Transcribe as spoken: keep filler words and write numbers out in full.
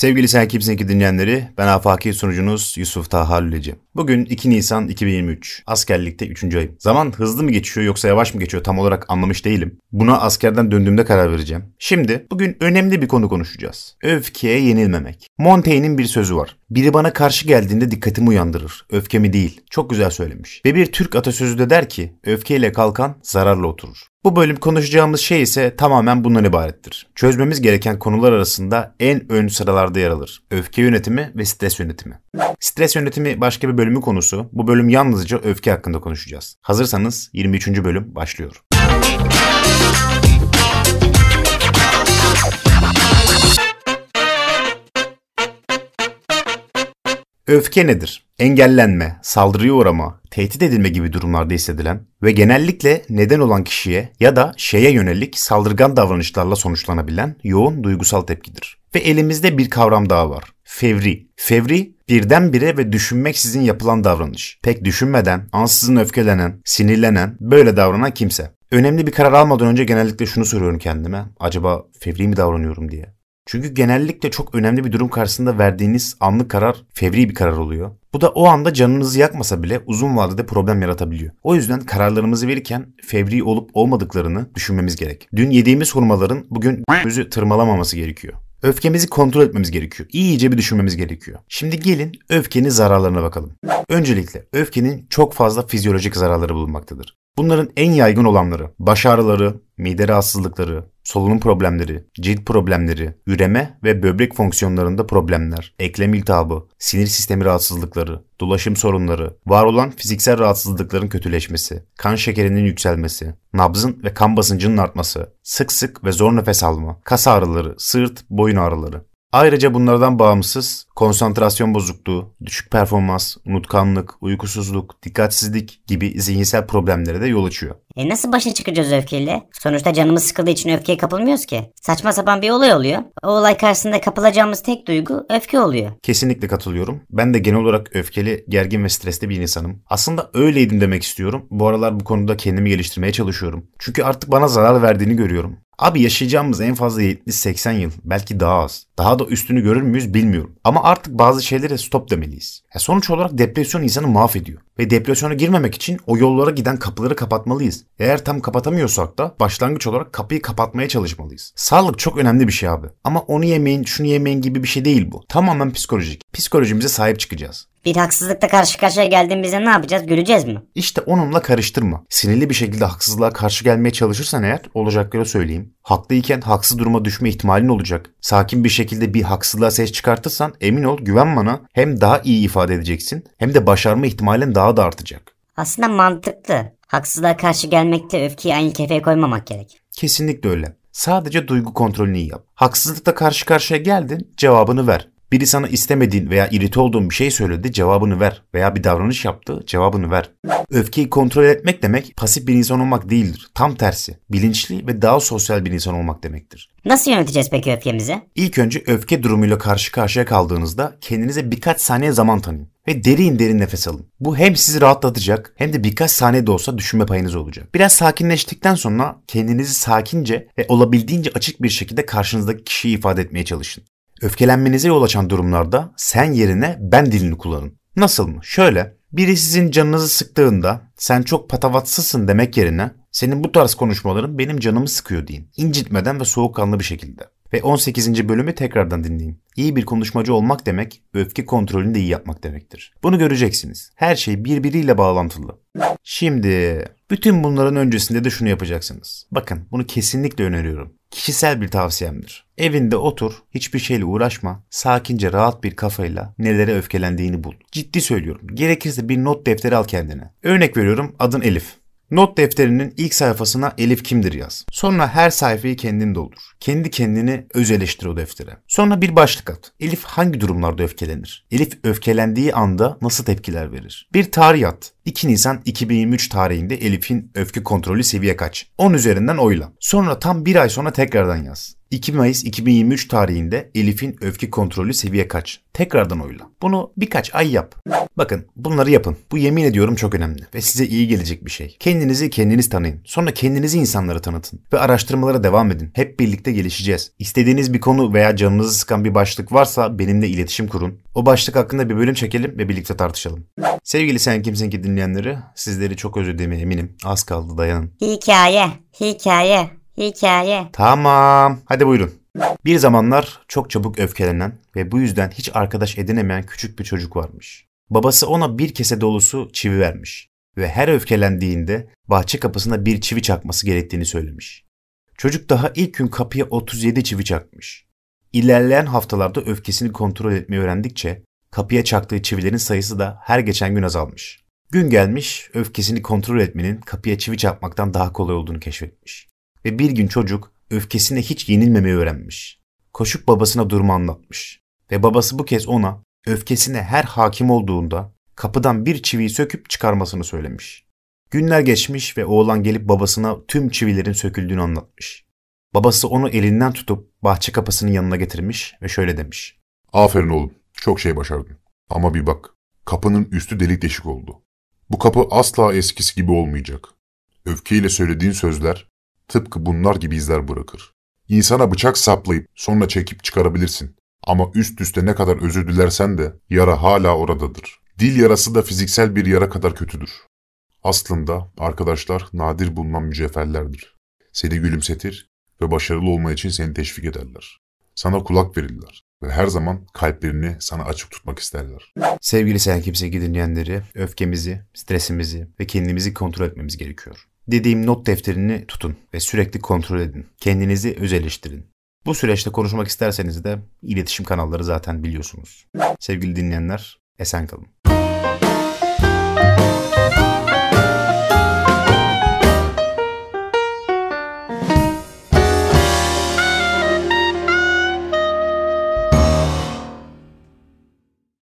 Sevgili Sen Kimsin Ki dinleyenleri, ben afaki sunucunuz Yusuf Taha Lüleci. Bugün iki Nisan iki bin yirmi üç, askerlikte üçüncü ayım. Zaman hızlı mı geçiyor yoksa yavaş mı geçiyor tam olarak anlamış değilim. Buna askerden döndüğümde karar vereceğim. Şimdi bugün önemli bir konu konuşacağız. Öfkeye yenilmemek. Montaigne'in bir sözü var. Biri bana karşı geldiğinde dikkatimi uyandırır, öfkemi değil. Çok güzel söylemiş. Ve bir Türk atasözü de der ki, öfkeyle kalkan zararla oturur. Bu bölüm konuşacağımız şey ise tamamen bundan ibarettir. Çözmemiz gereken konular arasında en ön sıralarda yer alır. Öfke yönetimi ve stres yönetimi. Stres yönetimi başka bir bölümün konusu. Bu bölüm yalnızca öfke hakkında konuşacağız. Hazırsanız yirmi üçüncü bölüm başlıyor. Öfke nedir? Engellenme, saldırıya uğrama, tehdit edilme gibi durumlarda hissedilen ve genellikle neden olan kişiye ya da şeye yönelik saldırgan davranışlarla sonuçlanabilen yoğun duygusal tepkidir. Ve elimizde bir kavram daha var. Fevri. Fevri, birdenbire ve düşünmeksizin yapılan davranış. Pek düşünmeden, ansızın öfkelenen, sinirlenen, böyle davranan kimse. Önemli bir karar almadan önce genellikle şunu soruyorum kendime. Acaba fevri mi davranıyorum diye. Çünkü genellikle çok önemli bir durum karşısında verdiğiniz anlık karar fevri bir karar oluyor. Bu da o anda canınızı yakmasa bile uzun vadede problem yaratabiliyor. O yüzden kararlarımızı verirken fevri olup olmadıklarını düşünmemiz gerek. Dün yediğimiz hurmaların bugün gözü tırmalamaması gerekiyor. Öfkemizi kontrol etmemiz gerekiyor. İyice bir düşünmemiz gerekiyor. Şimdi gelin öfkenin zararlarına bakalım. Öncelikle öfkenin çok fazla fizyolojik zararları bulunmaktadır. Bunların en yaygın olanları baş ağrıları, mide rahatsızlıkları, solunum problemleri, cilt problemleri, üreme ve böbrek fonksiyonlarında problemler, eklem iltihabı, sinir sistemi rahatsızlıkları, dolaşım sorunları, var olan fiziksel rahatsızlıkların kötüleşmesi, kan şekerinin yükselmesi, nabzın ve kan basıncının artması, sık sık ve zor nefes alma, kas ağrıları, sırt, boyun ağrıları. Ayrıca bunlardan bağımsız konsantrasyon bozukluğu, düşük performans, unutkanlık, uykusuzluk, dikkatsizlik gibi zihinsel problemlere de yol açıyor. E nasıl başa çıkacağız öfkeyle? Sonuçta canımız sıkıldığı için öfkeye kapılmıyoruz ki. Saçma sapan bir olay oluyor. O olay karşısında kapılacağımız tek duygu öfke oluyor. Kesinlikle katılıyorum. Ben de genel olarak öfkeli, gergin ve stresli bir insanım. Aslında öyleydim demek istiyorum. Bu aralar bu konuda kendimi geliştirmeye çalışıyorum. Çünkü artık bana zarar verdiğini görüyorum. Abi yaşayacağımız en fazla yetmiş seksen yıl, belki daha az. Daha da üstünü görür müyüz bilmiyorum. Ama artık bazı şeylere stop demeliyiz. Ya sonuç olarak depresyon insanı mahvediyor. Ve depresyona girmemek için o yollara giden kapıları kapatmalıyız. Eğer tam kapatamıyorsak da başlangıç olarak kapıyı kapatmaya çalışmalıyız. Sağlık çok önemli bir şey abi. Ama onu yemeyin, şunu yemeyin gibi bir şey değil bu. Tamamen psikolojik. Psikolojimize sahip çıkacağız. Bir haksızlıkla karşı karşıya geldiğimizde ne yapacağız? Güleceğiz mi? İşte onunla karıştırma. Sinirli bir şekilde haksızlığa karşı gelmeye çalışırsan eğer olacakları söyleyeyim. Haklıyken haksız duruma düşme ihtimalin olacak. Sakin bir şekilde bir haksızlığa ses çıkartırsan emin ol güven bana hem daha iyi ifade edeceksin hem de başarma ihtimalin daha da artacak. Aslında mantıklı. Haksızlığa karşı gelmekte öfkeyi aynı kefeye koymamak gerek. Kesinlikle öyle. Sadece duygu kontrolünü iyi yap. Haksızlıkla karşı karşıya geldin, cevabını ver. Biri sana istemediğin veya irite olduğun bir şey söyledi, cevabını ver. Veya bir davranış yaptı, cevabını ver. Öfkeyi kontrol etmek demek pasif bir insan olmak değildir. Tam tersi. Bilinçli ve daha sosyal bir insan olmak demektir. Nasıl yöneteceğiz peki öfkemizi? İlk önce öfke durumuyla karşı karşıya kaldığınızda kendinize birkaç saniye zaman tanıyın. Ve derin derin nefes alın. Bu hem sizi rahatlatacak hem de birkaç saniye de olsa düşünme payınız olacak. Biraz sakinleştikten sonra kendinizi sakince ve olabildiğince açık bir şekilde karşınızdaki kişiyi ifade etmeye çalışın. Öfkelenmenize yol açan durumlarda sen yerine ben dilini kullanın. Nasıl mı? Şöyle, biri sizin canınızı sıktığında sen çok patavatsızsın demek yerine senin bu tarz konuşmaların benim canımı sıkıyor deyin. İncitmeden ve soğukkanlı bir şekilde. Ve on sekizinci bölümü tekrardan dinleyin. İyi bir konuşmacı olmak demek, öfke kontrolünü de iyi yapmak demektir. Bunu göreceksiniz. Her şey birbiriyle bağlantılı. Şimdi, bütün bunların öncesinde de şunu yapacaksınız. Bakın, bunu kesinlikle öneriyorum. Kişisel bir tavsiyemdir. Evinde otur, hiçbir şeyle uğraşma, sakince rahat bir kafayla nelere öfkelendiğini bul. Ciddi söylüyorum. Gerekirse bir not defteri al kendine. Örnek veriyorum, adın Elif. Not defterinin ilk sayfasına Elif kimdir yaz. Sonra her sayfayı kendin doldur. Kendi kendini öz eleştir o deftere. Sonra bir başlık at. Elif hangi durumlarda öfkelenir? Elif öfkelendiği anda nasıl tepkiler verir? Bir tarih at. iki Nisan iki bin yirmi üç tarihinde Elif'in öfke kontrolü seviye kaç? on üzerinden oyla. Sonra tam bir ay sonra tekrardan yaz. iki Mayıs iki bin yirmi üç tarihinde Elif'in öfke kontrolü seviye kaç? Tekrardan oyla. Bunu birkaç ay yap. Bakın bunları yapın. Bu yemin ediyorum çok önemli ve size iyi gelecek bir şey. Kendinizi kendiniz tanıyın. Sonra kendinizi insanlara tanıtın. Ve araştırmalara devam edin. Hep birlikte gelişeceğiz. İstediğiniz bir konu veya canınızı sıkan bir başlık varsa benimle iletişim kurun. O başlık hakkında bir bölüm çekelim ve birlikte tartışalım. Sevgili Sen Kimsin Ki dinleyenleri, sizleri çok özlediğime eminim. Az kaldı, dayanın. Hikaye, hikaye, hikaye. Tamam. Hadi buyurun. Bir zamanlar çok çabuk öfkelenen ve bu yüzden hiç arkadaş edinemeyen küçük bir çocuk varmış. Babası ona bir kese dolusu çivi vermiş ve her öfkelendiğinde bahçe kapısına bir çivi çakması gerektiğini söylemiş. Çocuk daha ilk gün kapıya otuz yedi çivi çakmış. İlerleyen haftalarda öfkesini kontrol etmeyi öğrendikçe kapıya çaktığı çivilerin sayısı da her geçen gün azalmış. Gün gelmiş, öfkesini kontrol etmenin kapıya çivi çakmaktan daha kolay olduğunu keşfetmiş. Ve bir gün çocuk öfkesine hiç yenilmemeyi öğrenmiş. Koşup babasına durumu anlatmış. Ve babası bu kez ona öfkesine her hakim olduğunda kapıdan bir çiviyi söküp çıkarmasını söylemiş. Günler geçmiş ve oğlan gelip babasına tüm çivilerin söküldüğünü anlatmış. Babası onu elinden tutup bahçe kapısının yanına getirmiş ve şöyle demiş. Aferin oğlum, çok şey başardın. Ama bir bak, kapının üstü delik deşik oldu. Bu kapı asla eskisi gibi olmayacak. Öfkeyle söylediğin sözler tıpkı bunlar gibi izler bırakır. İnsana bıçak saplayıp sonra çekip çıkarabilirsin. Ama üst üste ne kadar özür dilersen de yara hala oradadır. Dil yarası da fiziksel bir yara kadar kötüdür. Aslında arkadaşlar nadir bulunan mücevherlerdir. Seni gülümsetir ve başarılı olma için seni teşvik ederler. Sana kulak verirler ve her zaman kalplerini sana açık tutmak isterler. Sevgili Sen Kimsin Ki dinleyenleri, öfkemizi, stresimizi ve kendimizi kontrol etmemiz gerekiyor. Dediğim not defterini tutun ve sürekli kontrol edin. Kendinizi öz eleştirin. Bu süreçte konuşmak isterseniz de iletişim kanalları zaten biliyorsunuz. Sevgili dinleyenler, esen kalın.